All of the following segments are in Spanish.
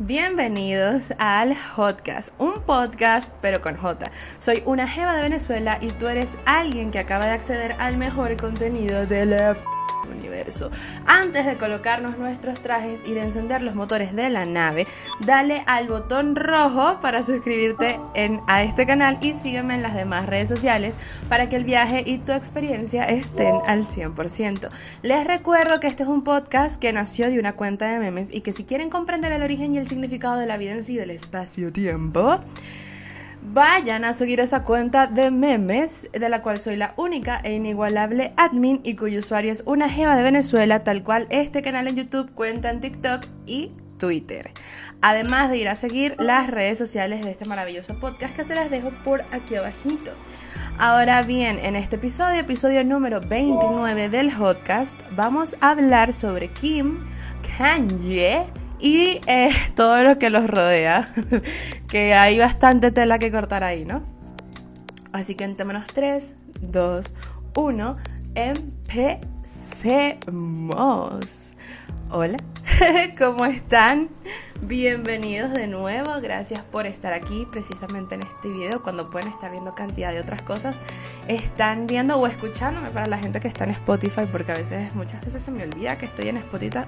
Bienvenidos al Hotcast, un podcast pero con J. Soy una jeva de Venezuela y tú eres alguien que acaba de acceder al mejor contenido del universo. Antes de colocarnos nuestros trajes y de encender los motores de la nave, dale al botón rojo para suscribirte a este canal y sígueme en las demás redes sociales para que el viaje y tu experiencia estén al 100%. Les recuerdo que este es un podcast que nació de una cuenta de memes y que si quieren comprender el origen y el significado de la vida en sí, del espacio-tiempo, vayan a seguir esa cuenta de memes, de la cual soy la única e inigualable admin y cuyo usuario es una jeva de Venezuela, tal cual este canal en YouTube, cuenta en TikTok y Twitter. Además de ir a seguir las redes sociales de este maravilloso podcast que se las dejo por aquí abajito. Ahora bien, en este episodio número 29 del Hotcast, vamos a hablar sobre Kim, Kanye y todo lo que los rodea, que hay bastante tela que cortar ahí, ¿no? Así que en menos 3, 2, 1, empecemos. Hola, ¿cómo están? Bienvenidos de nuevo, gracias por estar aquí precisamente en este video, cuando pueden estar viendo cantidad de otras cosas. Están viendo o escuchándome para la gente que está en Spotify, porque muchas veces se me olvida que estoy en Spotify.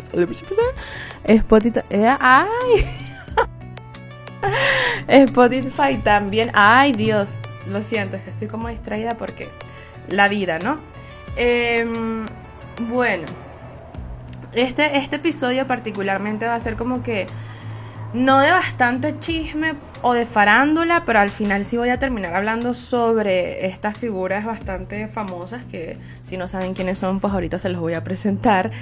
Spotify también. Ay, Dios, lo siento, es que estoy como distraída porque la vida, ¿no? Bueno, este episodio particularmente va a ser como que no de bastante chisme o de farándula, pero al final sí voy a terminar hablando sobre estas figuras bastante famosas que si no saben quiénes son, pues ahorita se los voy a presentar,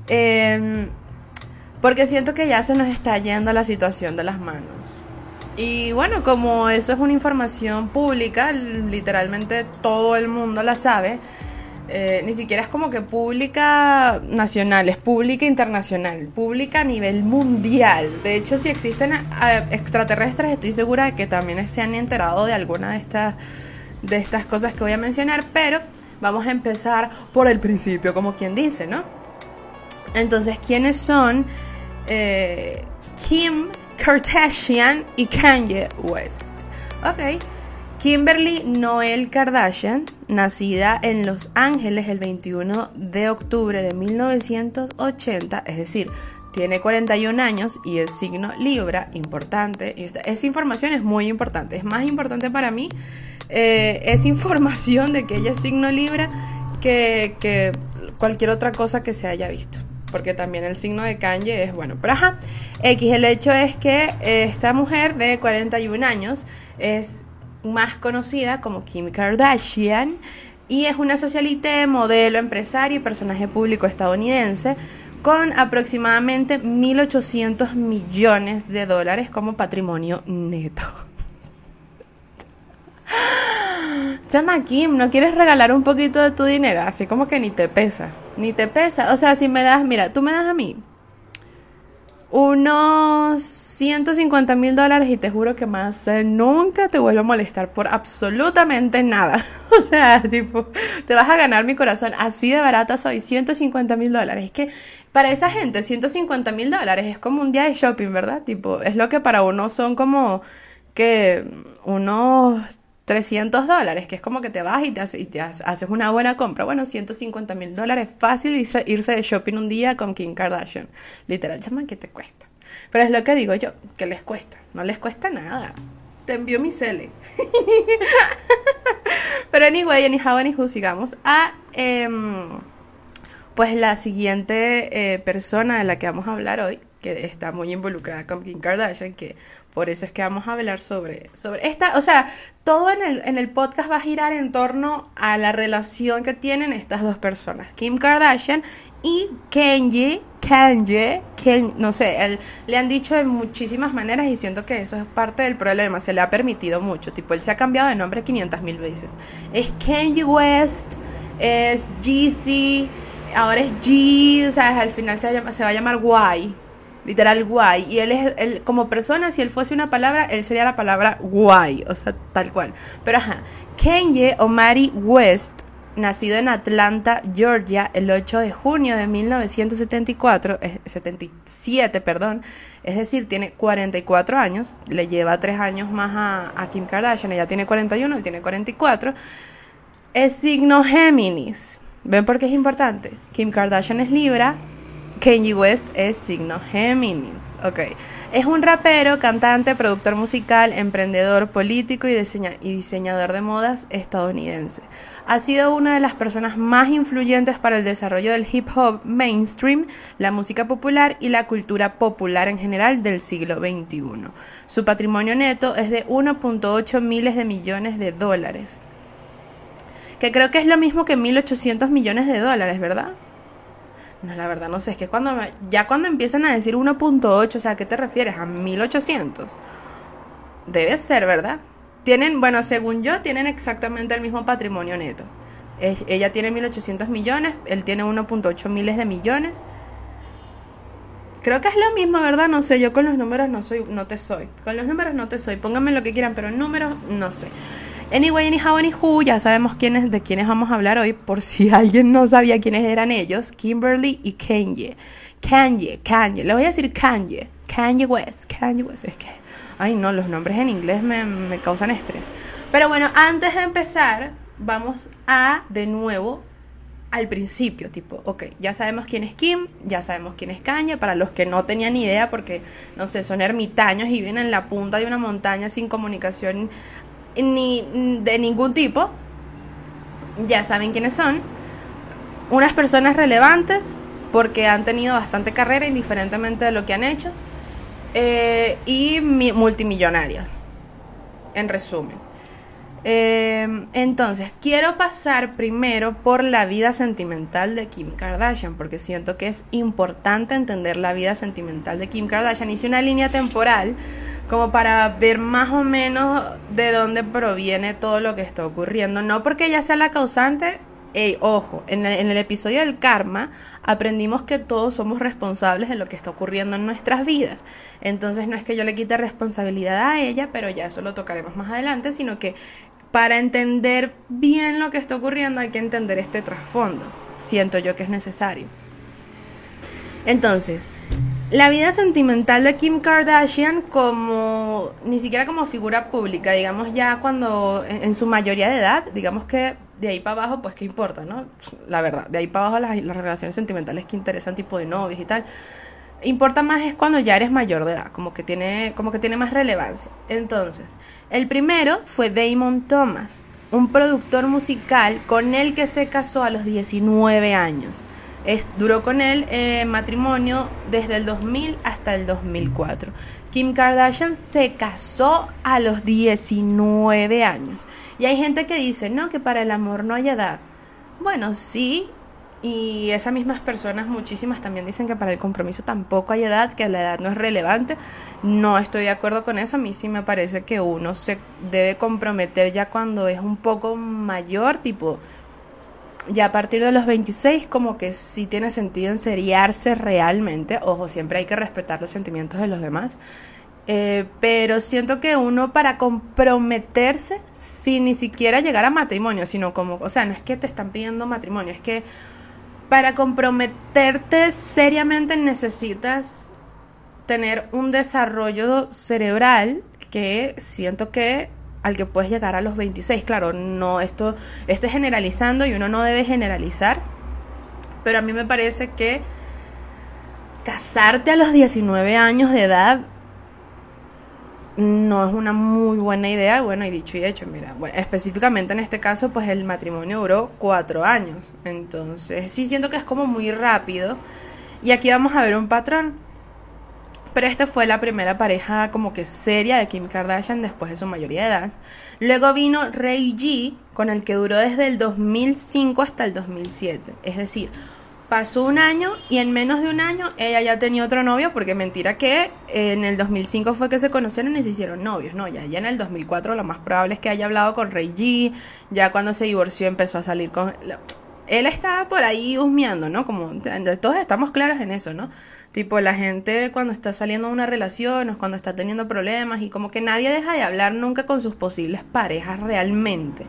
porque siento que ya se nos está yendo la situación de las manos. Y bueno, como eso es una información pública, literalmente todo el mundo la sabe. Ni siquiera es como que pública nacional, es pública internacional, pública a nivel mundial. De hecho, si existen extraterrestres, estoy segura de que también se han enterado de alguna de estas cosas que voy a mencionar, pero vamos a empezar por el principio, como quien dice, ¿no? Entonces, ¿quiénes son Kim Kardashian y Kanye West? Ok. Kimberly Noel Kardashian, nacida en Los Ángeles el 21 de octubre de 1980, es decir, tiene 41 años y es signo Libra, importante. Esa información es muy importante, es más importante para mí esa información de que ella es signo Libra que cualquier otra cosa que se haya visto. Porque también el signo de Kanye es bueno. Pero ajá, el hecho es que esta mujer de 41 años es más conocida como Kim Kardashian y es una socialite, modelo, empresaria y personaje público estadounidense con aproximadamente 1.800 millones de dólares como patrimonio neto. Chama Kim, ¿no quieres regalar un poquito de tu dinero? Así como que ni te pesa. O sea, si me das, mira, tú me das a mí unos $150,000 y te juro que más nunca te vuelvo a molestar por absolutamente nada. O sea, tipo, te vas a ganar mi corazón. Así de barata soy. $150,000. Es que para esa gente $150,000 es como un día de shopping, ¿verdad? Tipo, es lo que para uno son como que unos $300, que es como que te vas y te haces una buena compra. Bueno, $150,000, fácil irse de shopping un día con Kim Kardashian. Literal, chama, ¿qué te cuesta? Pero es lo que digo yo, que les cuesta. No les cuesta nada. Te envío mi cele. Pero anyway, anyhow, sigamos a pues la siguiente persona de la que vamos a hablar hoy, que está muy involucrada con Kim Kardashian, que por eso es que vamos a hablar sobre esta, o sea, todo en el podcast va a girar en torno a la relación que tienen estas dos personas, Kim Kardashian y Kanye, no sé, le han dicho de muchísimas maneras y siento que eso es parte del problema, se le ha permitido mucho, tipo, él se ha cambiado de nombre 500,000 veces, es Kanye West, es Yeezy, ahora es G, o sea, al final se va a llamar Y. Literal guay, y él como persona, si él fuese una palabra, él sería la palabra guay, o sea, tal cual. Pero ajá, Kanye Omari West nacido en Atlanta, Georgia, el 8 de junio de 77, perdón. Es decir, tiene 44 años, le lleva 3 años más a Kim Kardashian, ella tiene 41, él tiene 44. Es signo Géminis. ¿Ven por qué es importante? Kim Kardashian es Libra, Kanye West es signo Géminis. Ok. Es un rapero, cantante, productor musical, emprendedor, político y diseñador de modas estadounidense. Ha sido una de las personas más influyentes para el desarrollo del hip hop mainstream, la música popular y la cultura popular en general del siglo XXI. Su patrimonio neto es de 1.8 miles de millones de dólares. Que creo que es lo mismo que 1.800 millones de dólares, ¿verdad? No, la verdad no sé, es que cuando empiezan a decir 1.8, o sea, ¿a qué te refieres? ¿A 1.800? Debe ser, ¿verdad? Bueno, según yo, tienen exactamente el mismo patrimonio neto. Ella tiene 1.800 millones, él tiene 1.8 miles de millones. Creo que es lo mismo, ¿verdad? No sé, yo con los números no te soy. Con los números no te soy. Pónganme lo que quieran, pero en números no sé. Anyway, anyhow, anywho, ya sabemos de quiénes vamos a hablar hoy, por si alguien no sabía quiénes eran ellos. Kimberly y Kanye. Kanye. Le voy a decir Kanye. Kanye West. Es que, ay no, los nombres en inglés me causan estrés. Pero bueno, antes de empezar, vamos de nuevo al principio, tipo, ok, ya sabemos quién es Kim, ya sabemos quién es Kanye, para los que no tenían ni idea porque, no sé, son ermitaños y viven en la punta de una montaña sin comunicación ni de ningún tipo, ya saben quiénes son. Unas personas relevantes porque han tenido bastante carrera indiferentemente de lo que han hecho, y multimillonarias, en resumen. Entonces, quiero pasar primero por la vida sentimental de Kim Kardashian, porque siento que es importante entender la vida sentimental de Kim Kardashian. Hice una línea temporal como para ver más o menos de dónde proviene todo lo que está ocurriendo. No porque ella sea la causante. Ojo, en el episodio del karma aprendimos que todos somos responsables de lo que está ocurriendo en nuestras vidas. Entonces no es que yo le quite responsabilidad a ella, pero ya eso lo tocaremos más adelante, sino que para entender bien lo que está ocurriendo hay que entender este trasfondo. Siento yo que es necesario. Entonces, la vida sentimental de Kim Kardashian ni siquiera como figura pública, digamos ya cuando en su mayoría de edad, digamos que de ahí para abajo, pues qué importa, ¿no? La verdad, de ahí para abajo las relaciones sentimentales que interesan, tipo de novios y tal, importa más es cuando ya eres mayor de edad, como que tiene más relevancia. Entonces, el primero fue Damon Thomas, un productor musical con el que se casó a los 19 años. Duró con él matrimonio desde el 2000 hasta el 2004. Kim Kardashian se casó a los 19 años. Y hay gente que dice, no, que para el amor no hay edad. Bueno, sí, y esas mismas personas, muchísimas, también dicen que para el compromiso tampoco hay edad, que la edad no es relevante. No estoy de acuerdo con eso. A mí sí me parece que uno se debe comprometer ya cuando es un poco mayor, tipo, ya a partir de los 26, como que sí tiene sentido enseriarse realmente. Ojo, siempre hay que respetar los sentimientos de los demás. Pero siento que uno para comprometerse, sin ni siquiera llegar a matrimonio, sino como, o sea, no es que te están pidiendo matrimonio, es que para comprometerte seriamente necesitas tener un desarrollo cerebral que siento que al que puedes llegar a los 26. Claro, no, esto es generalizando y uno no debe generalizar, pero a mí me parece que casarte a los 19 años de edad no es una muy buena idea. Bueno, y dicho y hecho, mira, bueno, específicamente en este caso, pues el matrimonio duró 4 años. Entonces, sí siento que es como muy rápido. Y aquí vamos a ver un patrón. Pero esta fue la primera pareja como que seria de Kim Kardashian después de su mayoría de edad. Luego vino Ray G, con el que duró desde el 2005 hasta el 2007. Es decir, pasó un año y en menos de un año ella ya tenía otro novio, porque mentira que en el 2005 fue que se conocieron y se hicieron novios, ¿no? Ya en el 2004 lo más probable es que haya hablado con Ray G, ya cuando se divorció empezó a salir con... Él estaba por ahí husmeando, ¿no? Como todos estamos claros en eso, ¿no? Tipo, la gente cuando está saliendo de una relación o cuando está teniendo problemas y como que nadie deja de hablar nunca con sus posibles parejas realmente.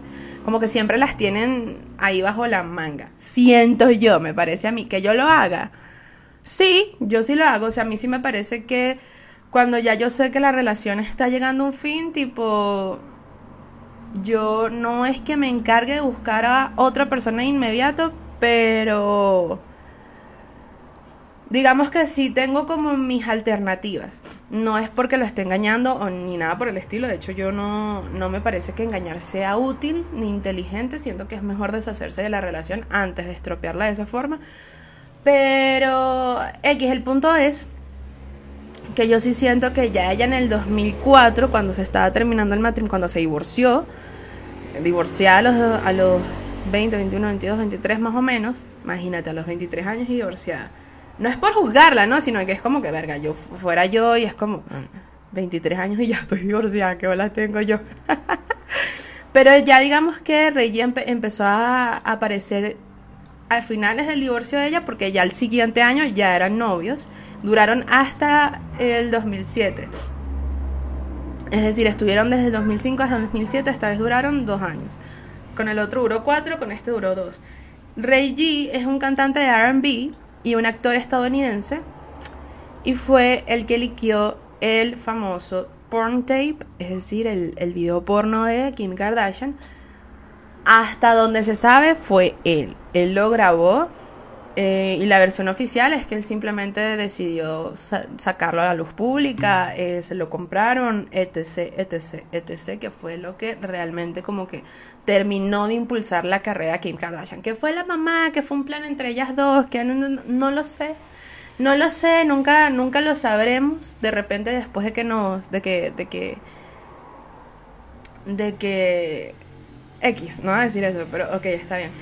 como que siempre las tienen ahí bajo la manga. Siento yo, me parece a mí, que yo lo haga. Sí, yo sí lo hago. O sea, a mí sí me parece que cuando ya yo sé que la relación está llegando a un fin, tipo, yo no es que me encargue de buscar a otra persona de inmediato, pero digamos que sí tengo como mis alternativas. No es porque lo esté engañando o ni nada por el estilo. De hecho, yo no me parece que engañar sea útil ni inteligente. Siento que es mejor deshacerse de la relación antes de estropearla de esa forma. Pero el punto es que yo sí siento que ya ella en el 2004, cuando se estaba terminando el matrimonio, cuando se divorciada a los 20, 21, 22, 23 más o menos. Imagínate, a los 23 años y divorciada. No es por juzgarla, ¿no? Sino que es como que, verga, fuera yo y es como 23 años y ya estoy divorciada, ¿qué bolas tengo yo? Pero ya digamos que Reggie empezó a aparecer a finales del divorcio de ella, porque ya el siguiente año ya eran novios. Duraron hasta el 2007. Es decir, estuvieron desde el 2005 hasta el 2007, esta vez duraron 2 años. Con el otro duró 4, con este duró 2. Reggie es un cantante de R&B y un actor estadounidense, y fue el que liqueó el famoso porn tape, es decir, el video porno de Kim Kardashian. Hasta donde se sabe fue él. Él lo grabó, y la versión oficial es que él simplemente decidió sacarlo a la luz pública, se lo compraron, etc, etc, etc, que fue lo que realmente como que terminó de impulsar la carrera de Kim Kardashian. Que fue la mamá, que fue un plan entre ellas dos, que no lo sé. No lo sé, nunca lo sabremos. De repente, después de que X, no voy a decir eso, pero ok, está bien.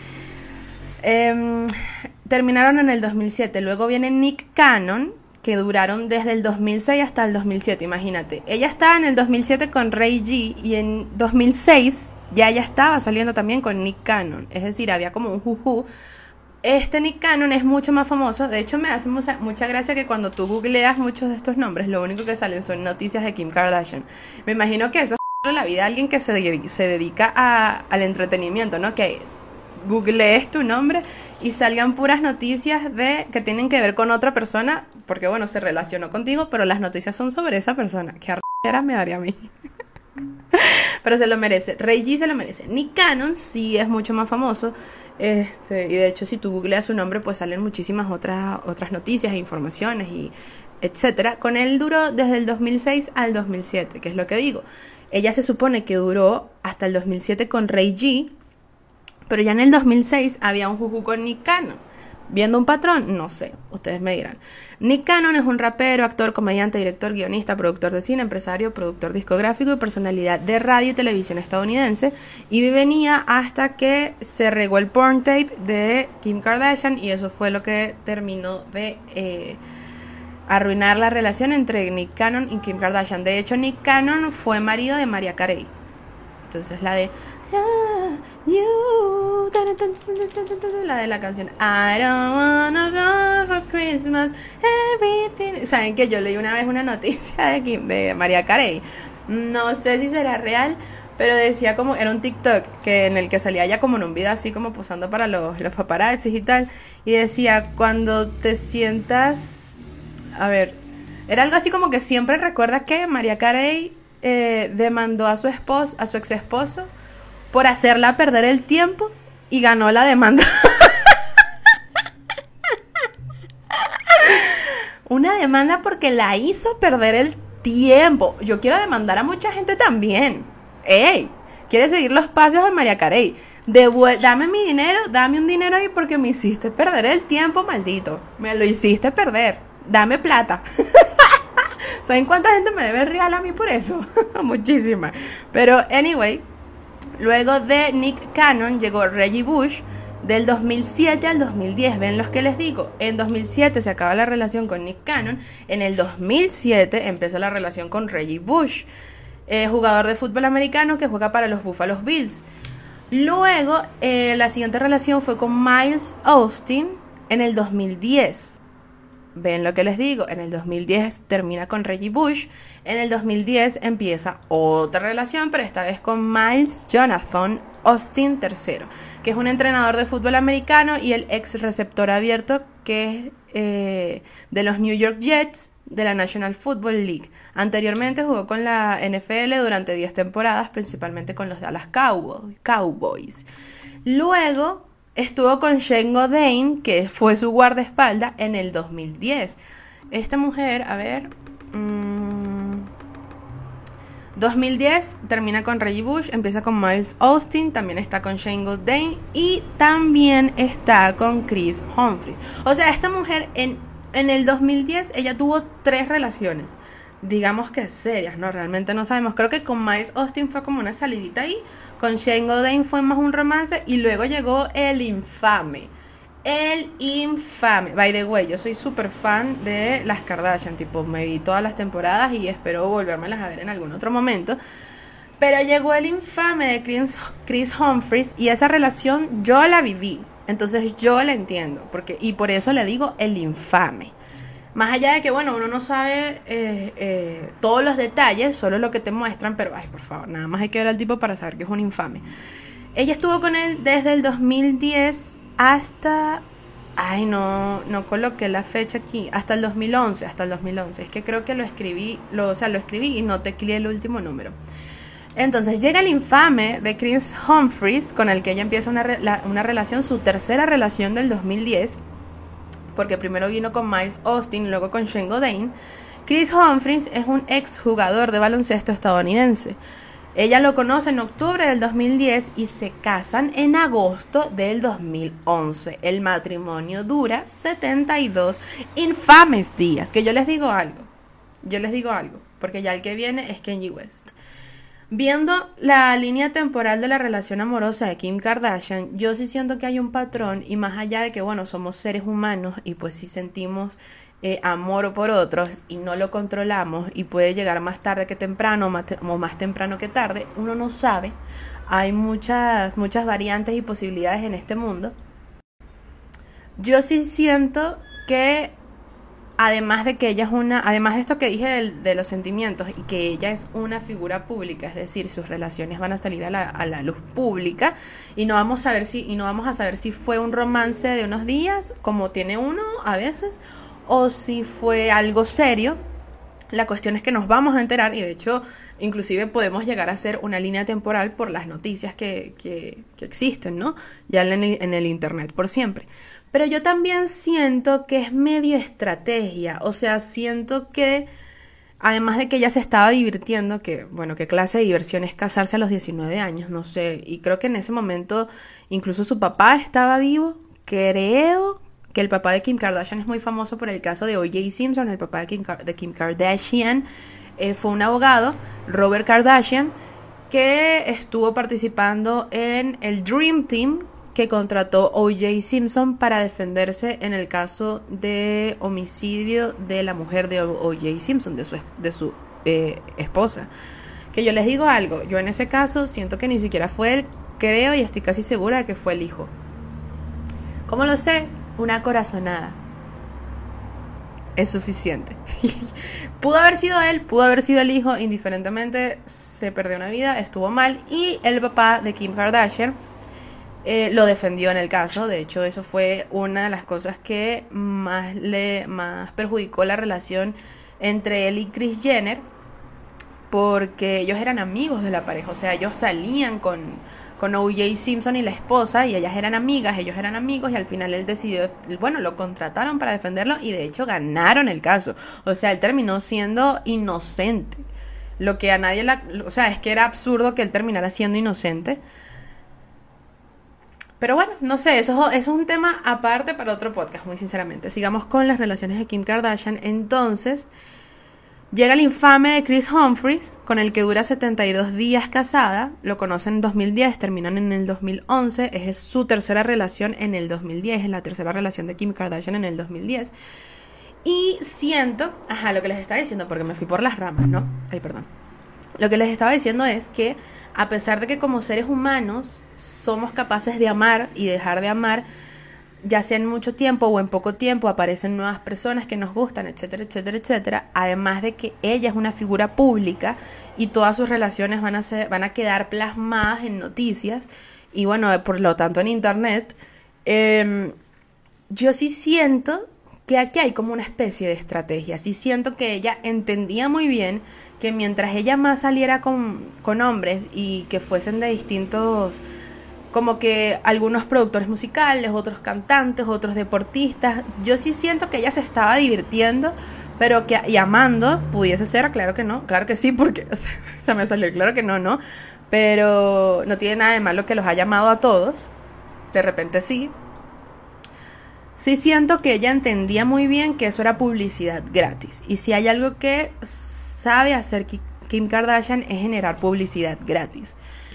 Terminaron en el 2007. Luego viene Nick Cannon, que duraron desde el 2006 hasta el 2007. Imagínate, ella estaba en el 2007 con Ray G y en 2006 ya ella estaba saliendo también con Nick Cannon. Es decir, había como un juju. Este Nick Cannon es mucho más famoso. De hecho, me hace mucha gracia que cuando tú googleas muchos de estos nombres, lo único que salen son noticias de Kim Kardashian. Me imagino que eso es la vida de alguien que se dedica al entretenimiento, ¿no? Que googlees tu nombre y salgan puras noticias que tienen que ver con otra persona, porque bueno, se relacionó contigo, pero las noticias son sobre esa persona. Qué arrechera me daría a mí. Pero se lo merece. Ray G se lo merece. Nick Cannon sí es mucho más famoso. Y de hecho, si tú googleas su nombre, pues salen muchísimas otras noticias e informaciones y etcétera. Con él duró desde el 2006 al 2007, que es lo que digo. Ella se supone que duró hasta el 2007 con Ray G, pero ya en el 2006 había un juju con Nick Cannon. ¿Viendo un patrón? No sé, ustedes me dirán. Nick Cannon es un rapero, actor, comediante, director, guionista, productor de cine, empresario, productor discográfico y personalidad de radio y televisión estadounidense, y venía hasta que se regó el porn tape de Kim Kardashian, y eso fue lo que terminó de arruinar la relación entre Nick Cannon y Kim Kardashian. De hecho, Nick Cannon fue marido de Mariah Carey. Entonces la de la de la canción I don't wanna go for Christmas everything. Saben que yo leí una vez una noticia de Mariah Carey, no sé si será real, pero decía como, era un TikTok en el que salía ella como en un video así como posando para los paparazzis y tal, y decía, cuando te sientas, a ver, era algo así como que siempre recuerda que Mariah Carey demandó a su ex esposo por hacerla perder el tiempo y ganó la demanda. Una demanda porque la hizo perder el tiempo. Yo quiero demandar a mucha gente también. ¡Ey! ¿Quieres seguir los pasos de Mariah Carey? Dame mi dinero, dame un dinero ahí porque me hiciste perder el tiempo, maldito. Me lo hiciste perder. Dame plata. ¿Saben cuánta gente me debe real a mí por eso? Muchísima. Pero, anyway, luego de Nick Cannon llegó Reggie Bush. Del 2007 al 2010, ven los que les digo. En 2007 se acaba la relación con Nick Cannon. En el 2007 empieza la relación con Reggie Bush, jugador de fútbol americano que juega para los Buffalo Bills. Luego, la siguiente relación fue con Miles Austin en el 2010. Ven lo que les digo, en el 2010 termina con Reggie Bush. En el 2010 empieza otra relación, pero esta vez con Miles Jonathan Austin III, que es un entrenador de fútbol americano y el ex receptor abierto que es de los New York Jets de la National Football League. Anteriormente jugó con la NFL durante 10 temporadas, principalmente con los Dallas Cowboys. Luego estuvo con Shane Goodane, que fue su guardaespaldas en el 2010. Esta mujer, 2010 termina con Reggie Bush, empieza con Miles Austin, también está con Shane Goodane y también está con Chris Humphries. O sea, esta mujer en el 2010 ella tuvo 3 relaciones, digamos que serias, ¿no? Realmente no sabemos. Creo que con Miles Austin fue como una salidita ahí, con Shane Goodane fue más un romance y luego llegó el infame. By the way, yo soy súper fan de las Kardashian, tipo, me vi todas las temporadas y espero volvérmelas a ver en algún otro momento. Pero llegó el infame de Chris Humphries y esa relación yo la viví, entonces yo la entiendo, y por eso le digo el infame. Más allá de que, bueno, uno no sabe todos los detalles, solo lo que te muestran, pero, ay, por favor, nada más hay que ver al tipo para saber que es un infame. Ella estuvo con él desde el 2010 hasta... Ay, no coloqué la fecha aquí. Hasta el 2011. Es que creo que lo escribí y no tecleé el último número. Entonces llega el infame de Chris Humphries, con el que ella empieza una relación, su tercera relación del 2010, porque primero vino con Miles Austin y luego con Shane Goodane. Chris Humphries es un ex jugador de baloncesto estadounidense. Ella lo conoce en octubre del 2010 y se casan en agosto del 2011. El matrimonio dura 72 infames días. Que yo les digo algo, porque ya el que viene es Kanye West. Viendo la línea temporal de la relación amorosa de Kim Kardashian, yo sí siento que hay un patrón, y más allá de que, bueno, somos seres humanos y pues si sentimos amor por otros y no lo controlamos y puede llegar más tarde que temprano o más temprano que tarde, uno no sabe. Hay muchas variantes y posibilidades en este mundo. Yo sí siento que además de esto que dije de los sentimientos y que ella es una figura pública, es decir, sus relaciones van a salir a la luz pública y no vamos a saber si fue un romance de unos días, como tiene uno a veces, o si fue algo serio. La cuestión es que nos vamos a enterar y de hecho inclusive podemos llegar a hacer una línea temporal por las noticias que existen, ¿no? Ya en el internet por siempre. Pero yo también siento que es medio estrategia, o sea, siento que además de que ella se estaba divirtiendo, que bueno, qué clase de diversión es casarse a los 19 años, no sé, y creo que en ese momento incluso su papá estaba vivo. Creo que el papá de Kim Kardashian es muy famoso por el caso de O.J. Simpson. El papá de Kim Kardashian fue un abogado, Robert Kardashian, que estuvo participando en el Dream Team que contrató O.J. Simpson para defenderse en el caso de homicidio de la mujer de O.J. Simpson, de su esposa. Que yo les digo algo, yo en ese caso siento que ni siquiera fue él, creo y estoy casi segura de que fue el hijo. ¿Cómo lo sé? Una corazonada es suficiente. Pudo haber sido él, pudo haber sido el hijo, indiferentemente se perdió una vida, estuvo mal, y el papá de Kim Kardashian lo defendió en el caso. De hecho, eso fue una de las cosas que más perjudicó la relación entre él y Kris Jenner, porque ellos eran amigos de la pareja, o sea, ellos salían con O.J. Simpson y la esposa, y ellas eran amigas, ellos eran amigos, y al final él decidió, bueno, lo contrataron para defenderlo, y de hecho ganaron el caso. O sea, él terminó siendo inocente, lo que a nadie o sea, es que era absurdo que él terminara siendo inocente. Pero bueno, no sé, eso es un tema aparte para otro podcast, muy sinceramente. Sigamos con las relaciones de Kim Kardashian. Entonces, llega el infame de Chris Humphries, con el que dura 72 días casada. Lo conocen en 2010, terminan en el 2011. Es su tercera relación en el 2010, es la tercera relación de Kim Kardashian en el 2010. Y siento, lo que les estaba diciendo, porque me fui por las ramas, ¿no? Ay, perdón. Lo que les estaba diciendo es que a pesar de que como seres humanos somos capaces de amar y dejar de amar, ya sea en mucho tiempo o en poco tiempo, aparecen nuevas personas que nos gustan, etcétera, etcétera, etcétera. Además de que ella es una figura pública y todas sus relaciones van a quedar plasmadas en noticias y bueno, por lo tanto en internet. Yo sí siento que aquí hay como una especie de estrategia. Sí siento que ella entendía muy bien que mientras ella más saliera con hombres y que fuesen de distintos, como que algunos productores musicales, otros cantantes, otros deportistas, yo sí siento que ella se estaba divirtiendo, pero que y amando, pudiese ser, claro que no, claro que sí, porque se me salió, claro que no, no, pero no tiene nada de malo que los haya amado a todos, de repente sí. Sí siento que ella entendía muy bien que eso era publicidad gratis, y si hay algo que sabe hacer Kim Kardashian es generar publicidad gratis.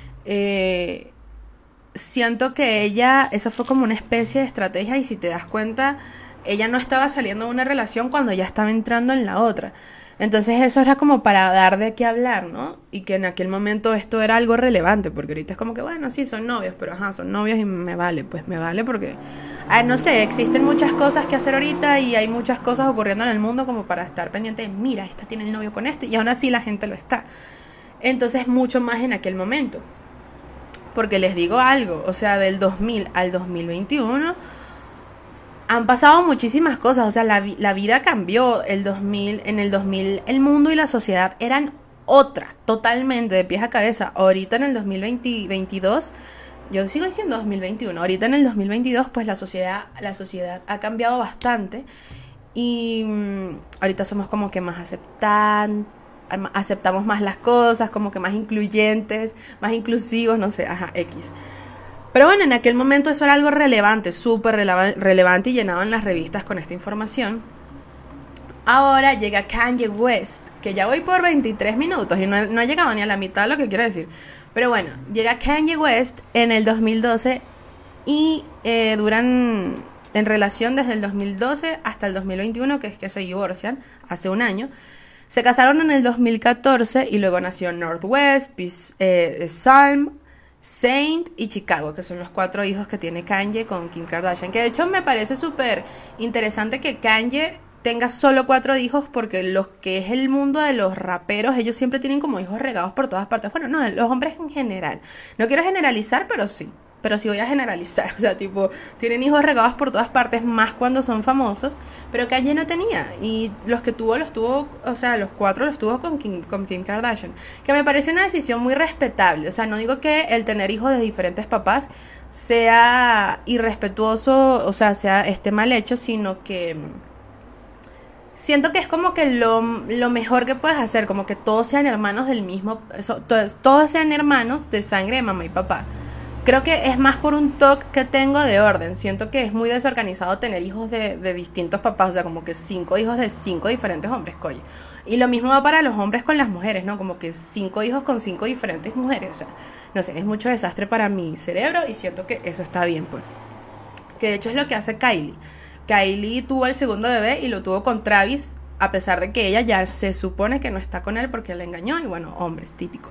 Siento que ella, eso fue como una especie de estrategia y si te das cuenta, ella no estaba saliendo de una relación cuando ya estaba entrando en la otra. Entonces eso era como para dar de qué hablar, ¿no? Y que en aquel momento esto era algo relevante, porque ahorita es como que, bueno, sí, son novios, pero ajá, son novios y me vale, pues me vale porque, no sé, existen muchas cosas que hacer ahorita y hay muchas cosas ocurriendo en el mundo como para estar pendiente de, mira, esta tiene el novio con este, y aún así la gente lo está. Entonces mucho más en aquel momento. Porque les digo algo, o sea, del 2000 al 2021 han pasado muchísimas cosas, o sea, la vida cambió. En el 2000 el mundo y la sociedad eran otra, totalmente, de pies a cabeza. Ahorita en el 2022, yo sigo diciendo 2021, ahorita en el 2022 pues la sociedad ha cambiado bastante y ahorita somos como que más aceptamos más las cosas, como que más incluyentes, más inclusivos, no sé, ajá, X. Pero bueno, en aquel momento eso era algo relevante, súper relevante y llenaban las revistas con esta información. Ahora llega Kanye West, que ya voy por 23 minutos y no he llegado ni a la mitad de lo que quiero decir. Pero bueno, llega Kanye West en el 2012 y duran en relación desde el 2012 hasta el 2021, que es que se divorcian hace un año. Se casaron en el 2014 y luego nació Northwest, Psalm, Saint y Chicago, que son los 4 hijos que tiene Kanye con Kim Kardashian. Que de hecho me parece súper interesante que Kanye tenga solo 4 hijos, porque los que es el mundo de los raperos, ellos siempre tienen como hijos regados por todas partes. Bueno, no, los hombres en general. No quiero generalizar, pero sí voy a generalizar, o sea, tipo, tienen hijos regados por todas partes, más cuando son famosos, pero Kanye no tenía, y los tuvo, o sea, los 4 los tuvo con Kim Kardashian, que me parece una decisión muy respetable. O sea, no digo que el tener hijos de diferentes papás sea irrespetuoso, o sea, esté mal hecho, sino que siento que es como que lo mejor que puedes hacer, como que todos sean hermanos del mismo, todos sean hermanos de sangre de mamá y papá. Creo que es más por un toque que tengo de orden. Siento que es muy desorganizado tener hijos de distintos papás, o sea, como que 5 hijos de 5 diferentes hombres, coño. Y lo mismo va para los hombres con las mujeres, ¿no? Como que 5 hijos con 5 diferentes mujeres, o sea, no sé, es mucho desastre para mi cerebro y siento que eso está bien, pues. Que de hecho es lo que hace Kylie. Kylie tuvo el segundo bebé y lo tuvo con Travis, a pesar de que ella ya se supone que no está con él porque la engañó, y bueno, hombres, típico.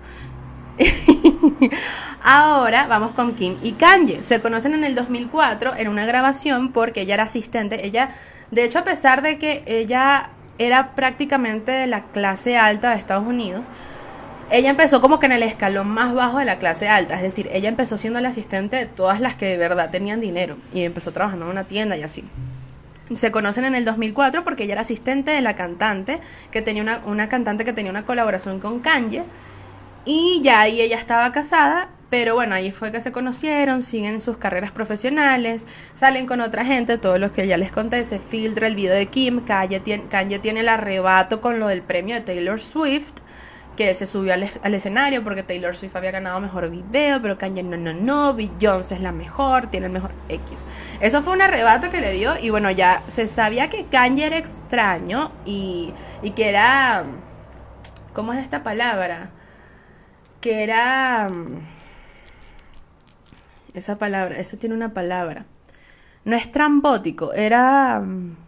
Ahora vamos con Kim y Kanye. Se conocen en el 2004 en una grabación porque ella era asistente. Ella, de hecho, a pesar de que ella era prácticamente de la clase alta de Estados Unidos, ella empezó como que en el escalón más bajo de la clase alta. Es decir, ella empezó siendo la asistente de todas las que de verdad tenían dinero y empezó trabajando en una tienda y así. Se conocen en el 2004 porque ella era asistente de la cantante, que tenía una cantante que tenía una colaboración con Kanye. Y ya ahí ella estaba casada, pero bueno, ahí fue que se conocieron, siguen sus carreras profesionales, salen con otra gente, todos los que ya les conté, se filtra el video de Kim. Kanye tiene el arrebato con lo del premio de Taylor Swift, que se subió al escenario porque Taylor Swift había ganado mejor video, pero Kanye no, Beyoncé es la mejor, tiene el mejor X. Eso fue un arrebato que le dio, y bueno, ya se sabía que Kanye era extraño y que era, ¿cómo es esta palabra? Que era, esa palabra, eso tiene una palabra, no es trambótico, era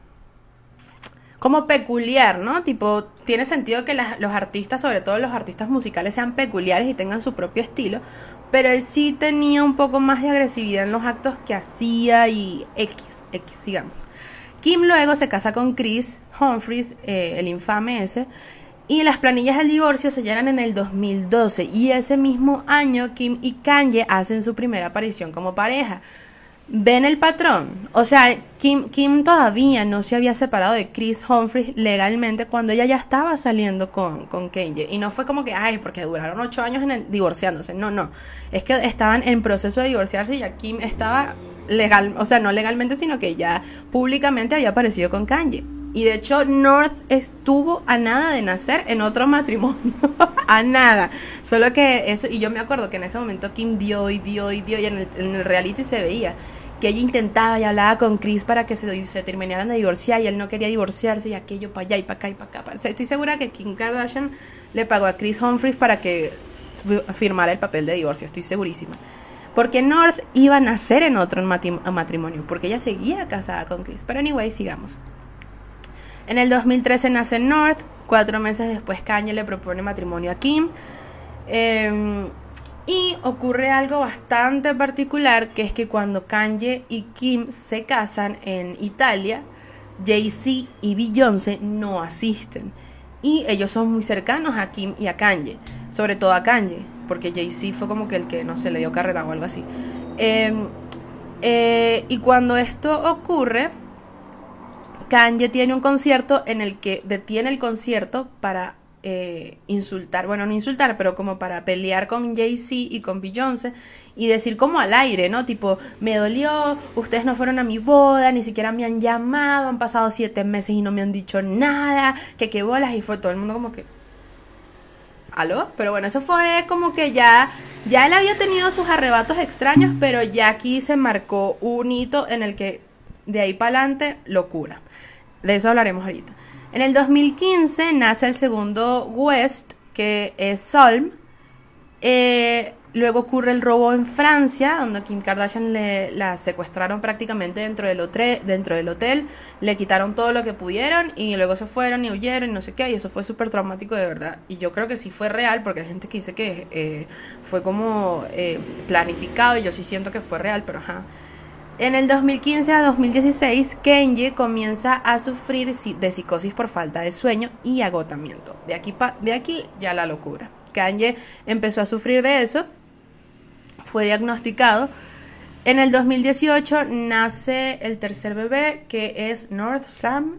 como peculiar, ¿no? Tipo, tiene sentido que los artistas, sobre todo los artistas musicales, sean peculiares y tengan su propio estilo, pero él sí tenía un poco más de agresividad en los actos que hacía y sigamos. Kim luego se casa con Chris Humphries, el infame ese, y las planillas del divorcio se llenan en el 2012, y ese mismo año Kim y Kanye hacen su primera aparición como pareja. ¿Ven el patrón? O sea, Kim todavía no se había separado de Chris Humphries legalmente cuando ella ya estaba saliendo con Kanye. Y no fue como que, ay, porque duraron 8 años divorciándose. No. Es que estaban en proceso de divorciarse y ya Kim estaba legal, o sea, no legalmente, sino que ya públicamente había aparecido con Kanye. Y de hecho, North estuvo a nada de nacer en otro matrimonio. A nada. Solo que eso, y yo me acuerdo que en ese momento Kim dio, y en el reality se veía que ella intentaba y hablaba con Chris para que se terminaran de divorciar, y él no quería divorciarse, y aquello para allá y para acá y para acá. Estoy segura que Kim Kardashian le pagó a Chris Humphries para que firmara el papel de divorcio, estoy segurísima. Porque North iba a nacer en otro matrimonio, porque ella seguía casada con Chris. Pero anyway, sigamos. En el 2013 nace North. 4 meses después Kanye le propone matrimonio a Kim. Y ocurre algo bastante particular, que es que cuando Kanye y Kim se casan en Italia, Jay-Z y Beyoncé no asisten. Y ellos son muy cercanos a Kim y a Kanye. Sobre todo a Kanye, porque Jay-Z fue como que el que, no sé, le dio carrera o algo así. Y cuando esto ocurre, Kanye tiene un concierto en el que detiene el concierto para insultar, bueno, no insultar, pero como para pelear con Jay-Z y con Beyoncé y decir como al aire, ¿no? Tipo, me dolió, ustedes no fueron a mi boda, ni siquiera me han llamado, han pasado 7 meses y no me han dicho nada, que qué bolas, y fue todo el mundo como que, ¿aló? Pero bueno, eso fue como que ya él había tenido sus arrebatos extraños, pero ya aquí se marcó un hito en el que de ahí para adelante, locura. De eso hablaremos ahorita. En el 2015 nace el segundo West, que es Solm. Luego ocurre el robo en Francia, donde Kim Kardashian la secuestraron prácticamente dentro del hotel. Le quitaron todo lo que pudieron y luego se fueron y huyeron y no sé qué. Y eso fue súper traumático de verdad. Y yo creo que sí fue real, porque hay gente que dice que fue como planificado, y yo sí siento que fue real, pero ajá. En el 2015 a 2016, Kanye comienza a sufrir de psicosis por falta de sueño y agotamiento. De aquí ya la locura. Kanye empezó a sufrir de eso, fue diagnosticado. En el 2018 nace el tercer bebé, que es North Salm.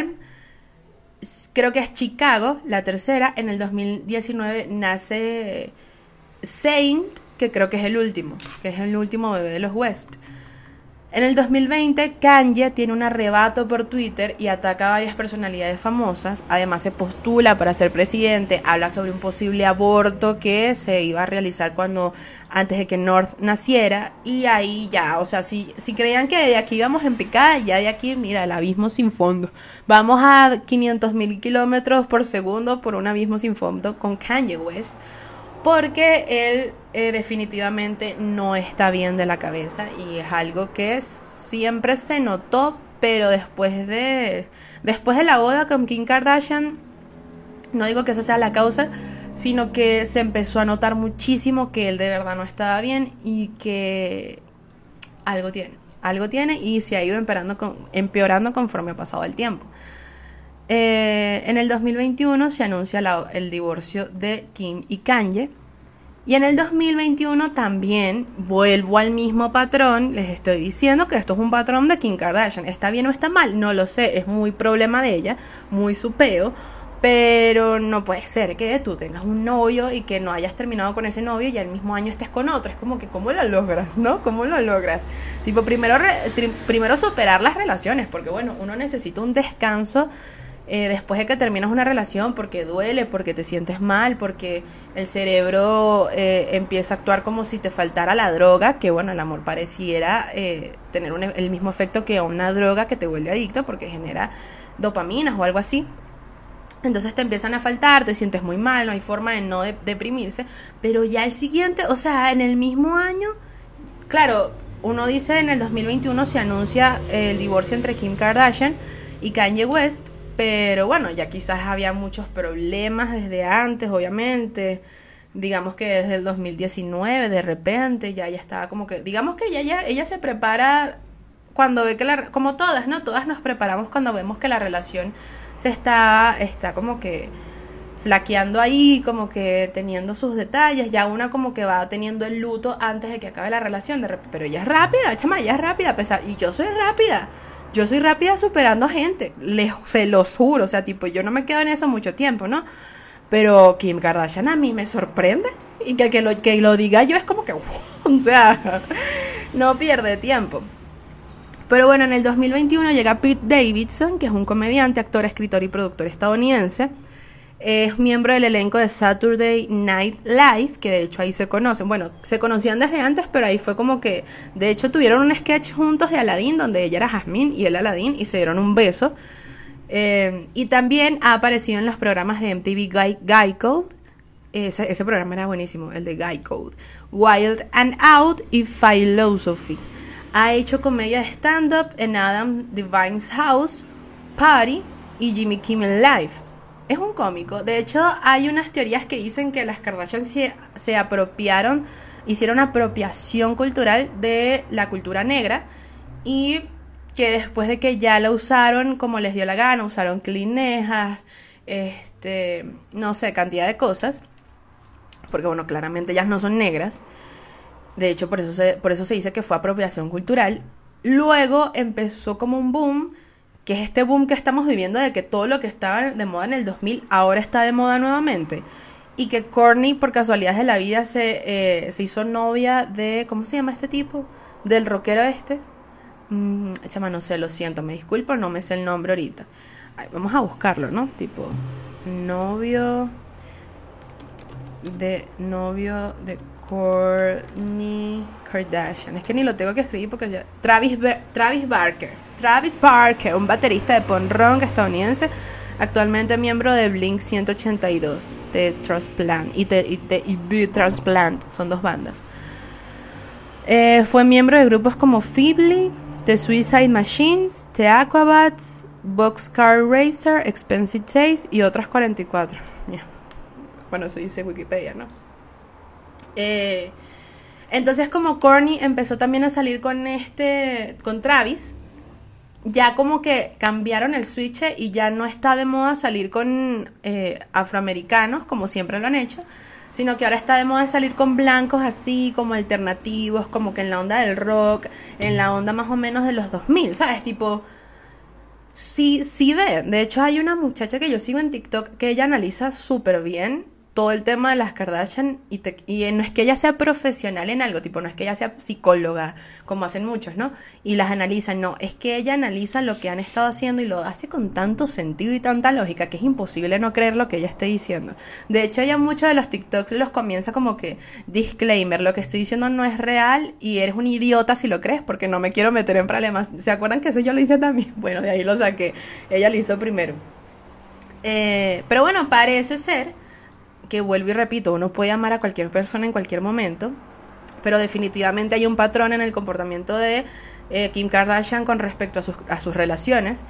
Creo que es Chicago, la tercera. En el 2019 nace Saint, que creo que es el último bebé de los West. En el 2020, Kanye tiene un arrebato por Twitter y ataca a varias personalidades famosas. Además, se postula para ser presidente, habla sobre un posible aborto que se iba a realizar antes de que North naciera. Y ahí ya, o sea, si creían que de aquí íbamos en picada, ya de aquí, mira, el abismo sin fondo. Vamos a 500,000 kilómetros por segundo por un abismo sin fondo con Kanye West. Porque él definitivamente no está bien de la cabeza, y es algo que siempre se notó, pero después de la boda con Kim Kardashian, no digo que esa sea la causa, sino que se empezó a notar muchísimo que él de verdad no estaba bien y que algo tiene y se ha ido empeorando conforme ha pasado el tiempo. En el 2021 se anuncia el divorcio de Kim y Kanye. Y en el 2021 también vuelvo al mismo patrón. Les estoy diciendo que esto es un patrón de Kim Kardashian. ¿Está bien o está mal? No lo sé. Es muy problema de ella, muy su peo. Pero no puede ser que tú tengas un novio y que no hayas terminado con ese novio y al mismo año estés con otro. Es como que, ¿cómo lo logras, no? ¿Cómo lo logras? Tipo, primero superar las relaciones, porque bueno, uno necesita un descanso después de que terminas una relación, porque duele, porque te sientes mal, porque el cerebro empieza a actuar como si te faltara la droga, que bueno, el amor pareciera tener el mismo efecto que una droga que te vuelve adicto, porque genera dopaminas o algo así. Entonces te empiezan a faltar, te sientes muy mal, no hay forma de no deprimirse, pero ya el siguiente, o sea, en el mismo año, claro, uno dice en el 2021 se anuncia el divorcio entre Kim Kardashian y Kanye West, pero bueno, ya quizás había muchos problemas desde antes, obviamente, digamos que desde el 2019, de repente, ya estaba como que, digamos que ella se prepara cuando ve que como todas, ¿no? Todas nos preparamos cuando vemos que la relación se está como que flaqueando ahí, como que teniendo sus detalles, ya una como que va teniendo el luto antes de que acabe la relación, pero ella es rápida, chama, ella es rápida, y yo soy rápida superando a gente, se los juro, o sea, tipo, yo no me quedo en eso mucho tiempo, ¿no? Pero Kim Kardashian a mí me sorprende, y que lo diga yo es como que, o sea, no pierde tiempo. Pero bueno, en el 2021 llega Pete Davidson, que es un comediante, actor, escritor y productor estadounidense. Es miembro del elenco de Saturday Night Live, que de hecho ahí se conocen. Bueno, se conocían desde antes, pero ahí fue como que, de hecho, tuvieron un sketch juntos de Aladdin, donde ella era Jasmine y él Aladdin, y se dieron un beso. Y también ha aparecido en los programas de MTV Guy Code. Ese programa era buenísimo, el de Guy Code. Wild and Out y Philosophy. Ha hecho comedia de stand-up en Adam Devine's House, Party y Jimmy Kimmel Live. Es un cómico. De hecho, hay unas teorías que dicen que las Kardashian se apropiaron, hicieron apropiación cultural de la cultura negra y que después de que ya la usaron como les dio la gana, usaron clinejas, no sé, cantidad de cosas, porque bueno, claramente ellas no son negras. De hecho, por eso se dice que fue apropiación cultural. Luego empezó como un boom, que es este boom que estamos viviendo de que todo lo que estaba de moda en el 2000 ahora está de moda nuevamente. Y que Kourtney, por casualidades de la vida, se hizo novia de... ¿Cómo se llama este tipo? Del rockero este. Chama, no sé, lo siento, me disculpo, no me sé el nombre ahorita. Ay, vamos a buscarlo, ¿no? Tipo, novio de Kourtney Kardashian. Es que ni lo tengo que escribir porque ya... Travis Barker, un baterista de punk rock estadounidense, actualmente miembro de Blink 182, The Transplant y The Transplant, son dos bandas. Fue miembro de grupos como Feebly, The Suicide Machines, The Aquabats, Boxcar Racer, Expensive Taste y otras 44. Yeah. Bueno, eso dice Wikipedia, ¿no? Entonces, como Kourtney empezó también a salir con Travis, ya como que cambiaron el switch y ya no está de moda salir con afroamericanos, como siempre lo han hecho, sino que ahora está de moda salir con blancos así, como alternativos, como que en la onda del rock, en la onda más o menos de los 2000, ¿sabes? Tipo, sí ven. De hecho, hay una muchacha que yo sigo en TikTok que ella analiza súper bien todo el tema de las Kardashian y no es que ella sea profesional en algo, tipo, no es que ella sea psicóloga, como hacen muchos, ¿no? Y las analizan, no, es que ella analiza lo que han estado haciendo y lo hace con tanto sentido y tanta lógica que es imposible no creer lo que ella esté diciendo. De hecho, ella muchos de los TikToks los comienza como que, disclaimer, lo que estoy diciendo no es real y eres un idiota si lo crees porque no me quiero meter en problemas. ¿Se acuerdan que eso yo lo hice también? Bueno, de ahí lo saqué. Ella lo hizo primero. Pero bueno, parece ser que, vuelvo y repito, uno puede amar a cualquier persona en cualquier momento, pero definitivamente hay un patrón en el comportamiento de Kim Kardashian con respecto a sus relaciones,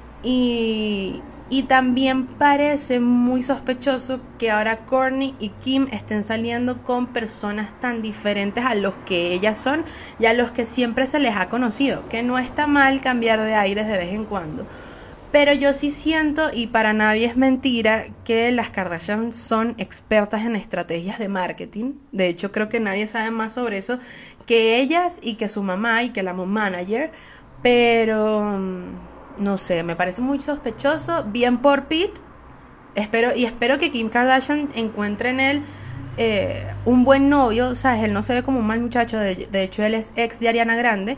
y también parece muy sospechoso que ahora Kourtney y Kim estén saliendo con personas tan diferentes a los que ellas son y a los que siempre se les ha conocido, que no está mal cambiar de aires de vez en cuando. Pero yo sí siento, y para nadie es mentira, que las Kardashian son expertas en estrategias de marketing. De hecho, creo que nadie sabe más sobre eso que ellas y que su mamá y que la mom manager. Pero, no sé, me parece muy sospechoso. Bien por Pete. Espero que Kim Kardashian encuentre en él un buen novio. ¿Sabes? Él no se ve como un mal muchacho. De hecho, él es ex de Ariana Grande.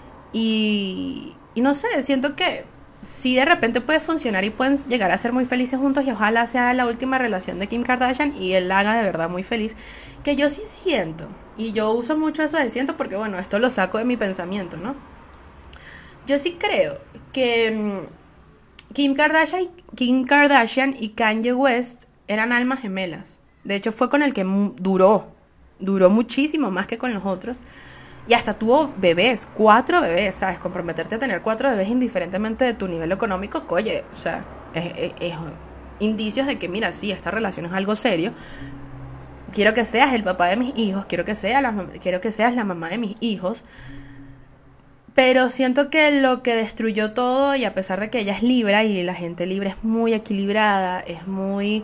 Y no sé, siento que sí, de repente puede funcionar y pueden llegar a ser muy felices juntos y ojalá sea la última relación de Kim Kardashian y él la haga de verdad muy feliz, que yo sí siento, y yo uso mucho eso de siento porque bueno, esto lo saco de mi pensamiento, ¿no? Yo sí creo que Kim Kardashian y Kanye West eran almas gemelas. De hecho fue con el que duró muchísimo más que con los otros. Y hasta tuvo bebés, 4 bebés, ¿sabes? Comprometerte a tener 4 bebés indiferentemente de tu nivel económico, oye, o sea, es indicios de que, mira, sí, esta relación es algo serio. quiero que seas el papá de mis hijos, quiero que seas la mamá de mis hijos. Pero siento que lo que destruyó todo, y a pesar de que ella es Libra y la gente Libra es muy equilibrada, es muy,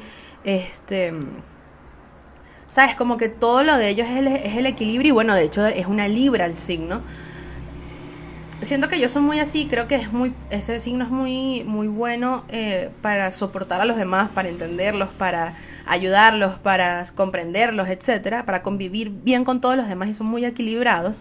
sabes, como que todo lo de ellos es el equilibrio, y bueno, de hecho es una Libra el signo. Siento que yo soy muy así, creo que ese signo es muy bueno para soportar a los demás, para entenderlos, para ayudarlos, para comprenderlos, etcétera, para convivir bien con todos los demás, y son muy equilibrados.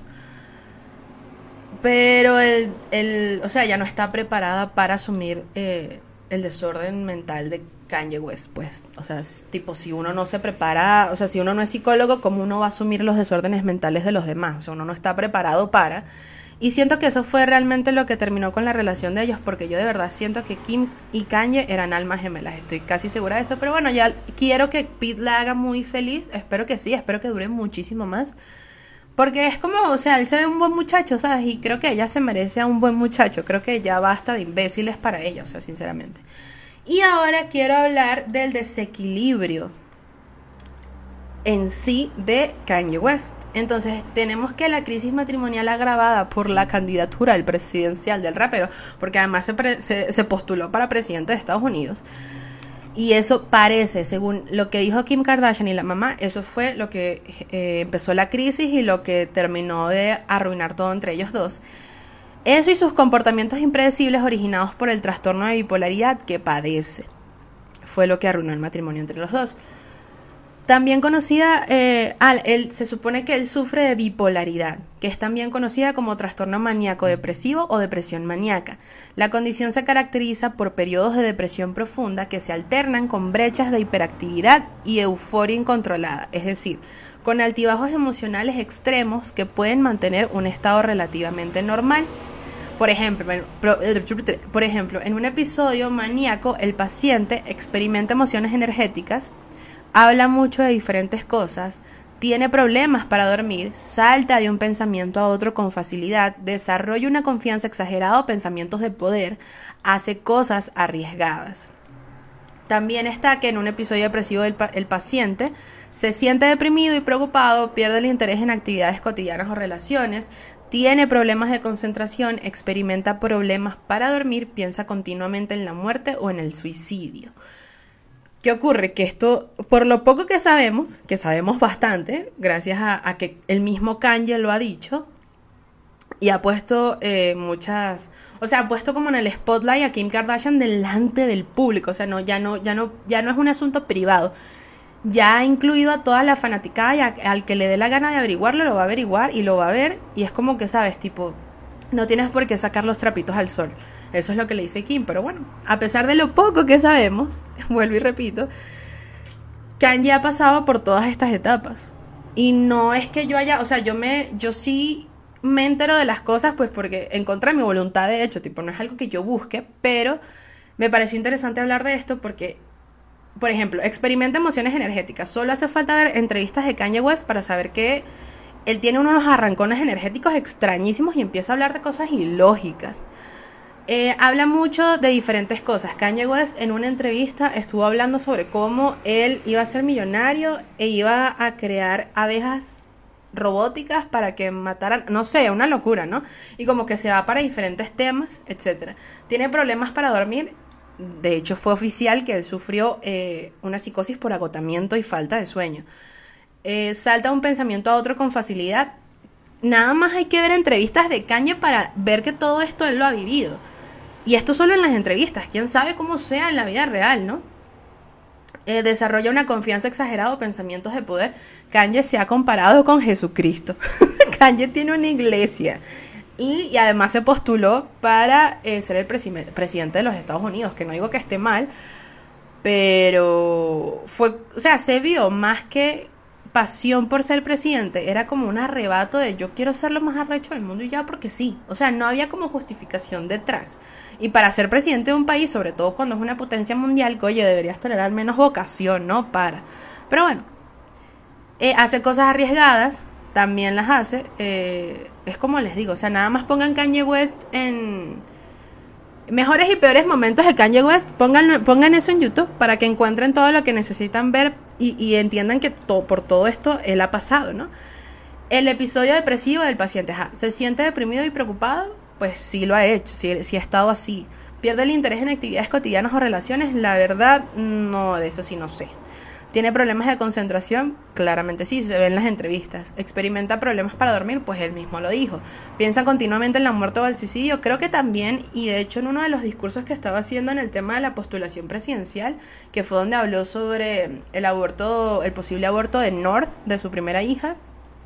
Pero o sea, ya no está preparada para asumir el desorden mental de Kanye West, pues. O sea, tipo, si uno no se prepara, o sea, si uno no es psicólogo, ¿cómo uno va a asumir los desórdenes mentales de los demás? O sea, uno no está preparado para. Y siento que eso fue realmente lo que terminó con la relación de ellos, porque yo de verdad siento que Kim y Kanye eran almas gemelas. Estoy casi segura de eso, pero bueno, ya quiero que Pete la haga muy feliz. Espero que sí, espero que dure muchísimo más. Porque es como, o sea, él se ve un buen muchacho, ¿sabes? Y creo que ella se merece a un buen muchacho. Creo que ya basta de imbéciles para ella, o sea, sinceramente. Y ahora quiero hablar del desequilibrio en sí de Kanye West. Entonces tenemos que la crisis matrimonial agravada por la candidatura al presidencial del rapero, porque además se postuló para presidente de Estados Unidos. Y eso parece, según lo que dijo Kim Kardashian y la mamá, eso fue lo que empezó la crisis y lo que terminó de arruinar todo entre ellos dos. Eso y sus comportamientos impredecibles originados por el trastorno de bipolaridad que padece. Fue lo que arruinó el matrimonio entre los dos. También conocida, se supone que él sufre de bipolaridad, que es también conocida como trastorno maníaco-depresivo o depresión maníaca. La condición se caracteriza por periodos de depresión profunda que se alternan con brechas de hiperactividad y euforia incontrolada, es decir, con altibajos emocionales extremos que pueden mantener un estado relativamente normal. Por ejemplo, en un episodio maníaco, el paciente experimenta emociones energéticas, habla mucho de diferentes cosas, tiene problemas para dormir, salta de un pensamiento a otro con facilidad, desarrolla una confianza exagerada o pensamientos de poder, hace cosas arriesgadas. También está que en un episodio depresivo el paciente se siente deprimido y preocupado, pierde el interés en actividades cotidianas o relaciones, tiene problemas de concentración, experimenta problemas para dormir, piensa continuamente en la muerte o en el suicidio. ¿Qué ocurre? Que esto, por lo poco que sabemos bastante, gracias a que el mismo Kanye lo ha dicho, y ha puesto ha puesto como en el spotlight a Kim Kardashian delante del público, o sea, ya no es un asunto privado, ya ha incluido a toda la fanaticada, y al que le dé la gana de averiguarlo, lo va a averiguar y lo va a ver, y es como que, ¿sabes? Tipo, no tienes por qué sacar los trapitos al sol. Eso es lo que le dice Kim, pero bueno, a pesar de lo poco que sabemos, vuelvo y repito, Kanye ha pasado por todas estas etapas. Y no es que yo haya, o sea, yo sí me entero de las cosas, pues porque en contra de mi voluntad, de hecho, tipo, no es algo que yo busque, pero me pareció interesante hablar de esto porque, por ejemplo, experimenta emociones energéticas. Solo hace falta ver entrevistas de Kanye West para saber que él tiene unos arrancones energéticos extrañísimos y empieza a hablar de cosas ilógicas. Habla mucho de diferentes cosas. Kanye West en una entrevista estuvo hablando sobre cómo él iba a ser millonario e iba a crear abejas robóticas para que mataran, no sé, una locura, ¿no? Y como que se va para diferentes temas, etcétera. Tiene problemas para dormir. De hecho, fue oficial que él sufrió una psicosis por agotamiento y falta de sueño. Salta de un pensamiento a otro con facilidad. Nada más hay que ver entrevistas de Kanye para ver que todo esto él lo ha vivido. Y esto solo en las entrevistas. Quién sabe cómo sea en la vida real, ¿no? Desarrolla una confianza exagerada o pensamientos de poder. Kanye se ha comparado con Jesucristo. Kanye tiene una iglesia. Y además se postuló para ser el presidente de los Estados Unidos. Que no digo que esté mal. Pero se vio más que pasión por ser presidente, era como un arrebato de yo quiero ser lo más arrecho del mundo y ya porque sí, o sea, no había como justificación detrás. Y para ser presidente de un país, sobre todo cuando es una potencia mundial, que oye, deberías tener al menos vocación, ¿no? Pero bueno, hace cosas arriesgadas, también las hace, es como les digo, o sea, nada más pongan Kanye West en mejores y peores momentos de Kanye West, pongan eso en YouTube para que encuentren todo lo que necesitan ver y entiendan que por todo esto él ha pasado, ¿no? El episodio depresivo del paciente, ¿se siente deprimido y preocupado? Pues sí lo ha hecho, sí ha estado así. ¿Pierde el interés en actividades cotidianas o relaciones? La verdad, no, de eso sí no sé. ¿Tiene problemas de concentración? Claramente sí, se ve en las entrevistas. ¿Experimenta problemas para dormir? Pues él mismo lo dijo. ¿Piensa continuamente en la muerte o el suicidio? Creo que también, y de hecho en uno de los discursos que estaba haciendo en el tema de la postulación presidencial, que fue donde habló sobre el posible aborto de North, de su primera hija,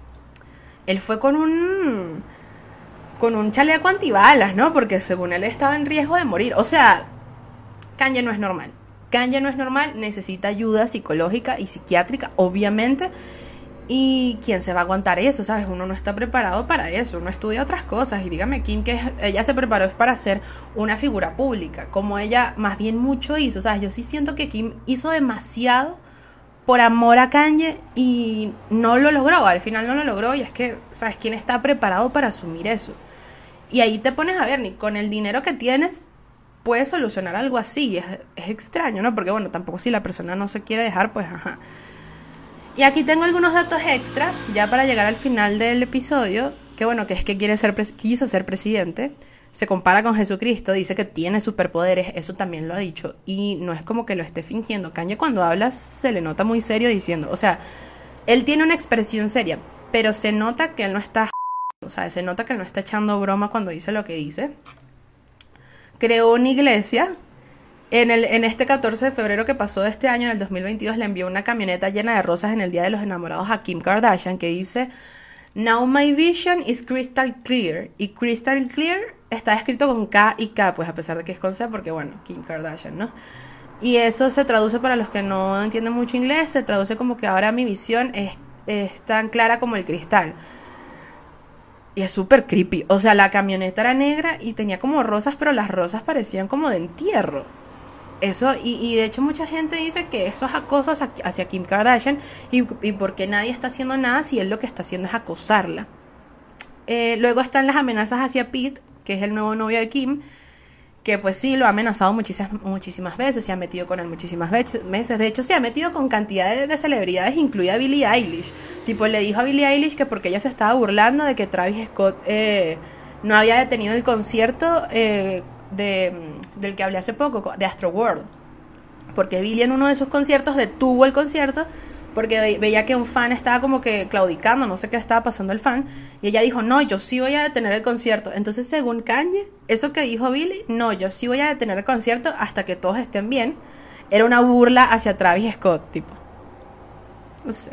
él fue con un chaleco antibalas, ¿no? Porque según él estaba en riesgo de morir. O sea, Kanye no es normal. Kanye no es normal, necesita ayuda psicológica y psiquiátrica, obviamente. ¿Y quién se va a aguantar eso? ¿Sabes? Uno no está preparado para eso, uno estudia otras cosas. Y dígame, Kim, que ella se preparó es para ser una figura pública, como ella más bien mucho hizo. ¿Sabes? Yo sí siento que Kim hizo demasiado por amor a Kanye y no lo logró, al final no lo logró. Y es que, ¿sabes? ¿Quién está preparado para asumir eso? Y ahí te pones a ver, ni con el dinero que tienes puedes solucionar algo así. Es extraño, ¿no? Porque bueno, tampoco si la persona no se quiere dejar, pues ajá. Y aquí tengo algunos datos extra, ya para llegar al final del episodio, que bueno, que es que quiso ser presidente, se compara con Jesucristo, dice que tiene superpoderes, eso también lo ha dicho, y no es como que lo esté fingiendo. Kanye cuando habla se le nota muy serio diciendo, o sea, él tiene una expresión seria, pero se nota que él no está, o sea, se nota que él no está echando broma cuando dice lo que dice. Creó una iglesia. En este 14 de febrero que pasó de este año, en el 2022, le envió una camioneta llena de rosas en el Día de los Enamorados a Kim Kardashian, que dice, "Now my vision is crystal clear". Y crystal clear está escrito con K y K, pues a pesar de que es con C, porque bueno, Kim Kardashian, ¿no? Y eso se traduce, para los que no entienden mucho inglés, se traduce como que ahora mi visión es tan clara como el cristal. Y es súper creepy. O sea, la camioneta era negra y tenía como rosas, pero las rosas parecían como de entierro. Eso, y de hecho mucha gente dice que eso es acoso hacia Kim Kardashian y porque nadie está haciendo nada si él lo que está haciendo es acosarla. Luego están las amenazas hacia Pete, que es el nuevo novio de Kim, que pues sí, lo ha amenazado muchísimas veces, se ha metido con él muchísimas veces. De hecho, se ha metido con cantidad de celebridades, incluida Billie Eilish. Tipo, le dijo a Billie Eilish que porque ella se estaba burlando de que Travis Scott no había detenido el concierto del que hablé hace poco, de Astroworld, porque Billie en uno de sus conciertos detuvo el concierto porque veía que un fan estaba como que claudicando, no sé qué estaba pasando el fan, y ella dijo, no, yo sí voy a detener el concierto. Entonces, según Kanye, eso que dijo Billie, no, yo sí voy a detener el concierto hasta que todos estén bien, era una burla hacia Travis Scott, tipo, no sé.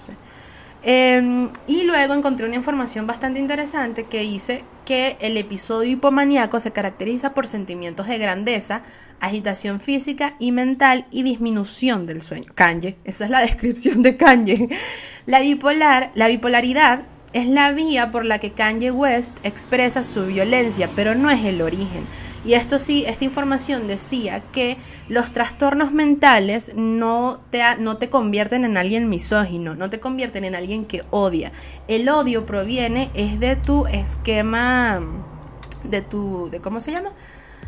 Y luego encontré una información bastante interesante que dice que el episodio hipomaníaco se caracteriza por sentimientos de grandeza, agitación física y mental y disminución del sueño. Kanye, esa es la descripción de Kanye. La bipolaridad es la vía por la que Kanye West expresa su violencia, pero no es el origen. Y esto sí, esta información decía que los trastornos mentales no te convierten en alguien misógino, no te convierten en alguien que odia. El odio proviene es de tu esquema, de ¿cómo se llama?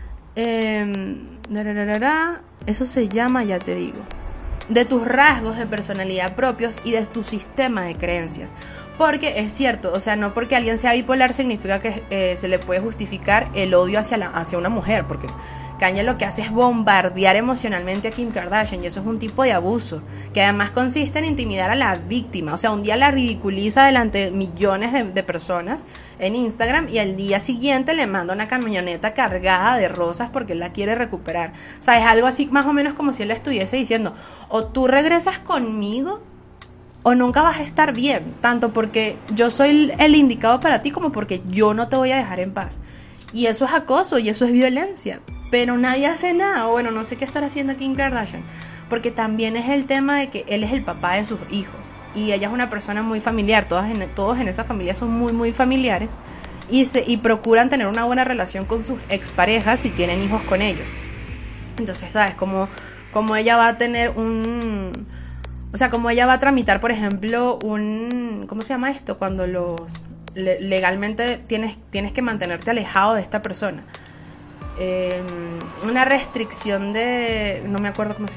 Eso se llama, ya te digo, de tus rasgos de personalidad propios y de tu sistema de creencias. Porque es cierto, o sea, no porque alguien sea bipolar significa que se le puede justificar el odio hacia una mujer, porque Kanye lo que hace es bombardear emocionalmente a Kim Kardashian, y eso es un tipo de abuso, que además consiste en intimidar a la víctima. O sea, un día la ridiculiza delante de millones de personas en Instagram, y al día siguiente le manda una camioneta cargada de rosas porque él la quiere recuperar. O sea, es algo así más o menos como si él le estuviese diciendo, o tú regresas conmigo, o nunca vas a estar bien, tanto porque yo soy el indicado para ti como porque yo no te voy a dejar en paz. Y eso es acoso y eso es violencia, pero nadie hace nada. Bueno, no sé qué estará haciendo Kim Kardashian, porque también es el tema de que él es el papá de sus hijos y ella es una persona muy familiar. Todos en esa familia son muy muy familiares y procuran tener una buena relación con sus exparejas si tienen hijos con ellos. Entonces, ¿sabes? Como ella va a tener como ella va a tramitar, por ejemplo, ¿cómo se llama esto? Cuando legalmente tienes que mantenerte alejado de esta persona. Una restricción no me acuerdo cómo se llama.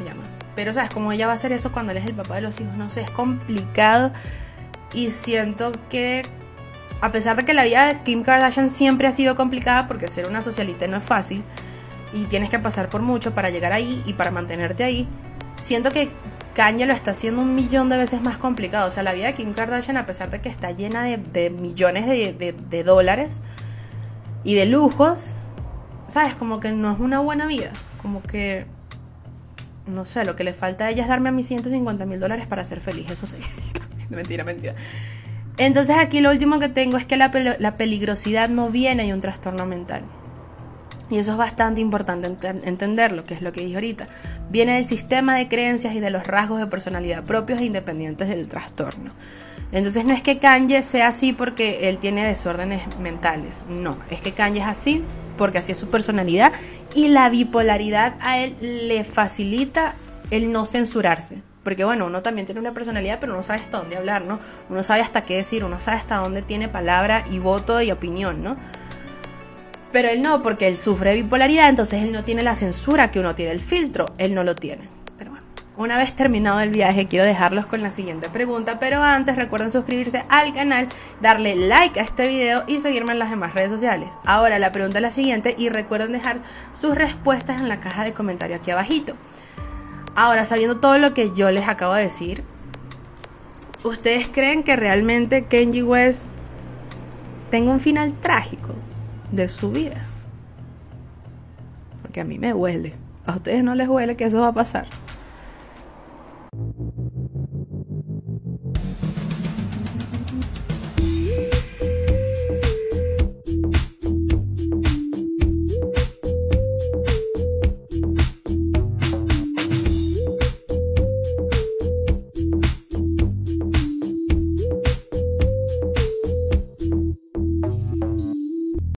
Pero, ¿sabes? Como ella va a hacer eso cuando él es el papá de los hijos, no sé, es complicado. Y siento que, a pesar de que la vida de Kim Kardashian siempre ha sido complicada, porque ser una socialite no es fácil, y tienes que pasar por mucho para llegar ahí y para mantenerte ahí, siento que Kanye lo está haciendo 1.000.000 de veces más complicado. O sea, la vida de Kim Kardashian, a pesar de que está llena de millones de dólares y de lujos, ¿sabes? Como que no es una buena vida. Como que, no sé, lo que le falta a ella es darme a mí $150.000 para ser feliz, eso sí. Mentira. Entonces aquí lo último que tengo es que la peligrosidad no viene de un trastorno mental. Y eso es bastante importante entenderlo, que es lo que dije ahorita. Viene del sistema de creencias y de los rasgos de personalidad propios e independientes del trastorno. Entonces no es que Kanye sea así porque él tiene desórdenes mentales. No, es que Kanye es así porque así es su personalidad. Y la bipolaridad a él le facilita el no censurarse. Porque bueno, uno también tiene una personalidad, pero uno sabe hasta dónde hablar, ¿no? Uno sabe hasta qué decir, uno sabe hasta dónde tiene palabra y voto y opinión, ¿no? Pero él no, porque él sufre bipolaridad, entonces él no tiene la censura que uno tiene, el filtro, él no lo tiene. Pero bueno, una vez terminado el viaje, quiero dejarlos con la siguiente pregunta, pero antes recuerden suscribirse al canal, darle like a este video y seguirme en las demás redes sociales. Ahora la pregunta es la siguiente y recuerden dejar sus respuestas en la caja de comentarios aquí abajito. Ahora, sabiendo todo lo que yo les acabo de decir, ¿ustedes creen que realmente Kanye West tenga un final trágico de su vida? Porque a mí me huele. ¿A ustedes no les huele que eso va a pasar?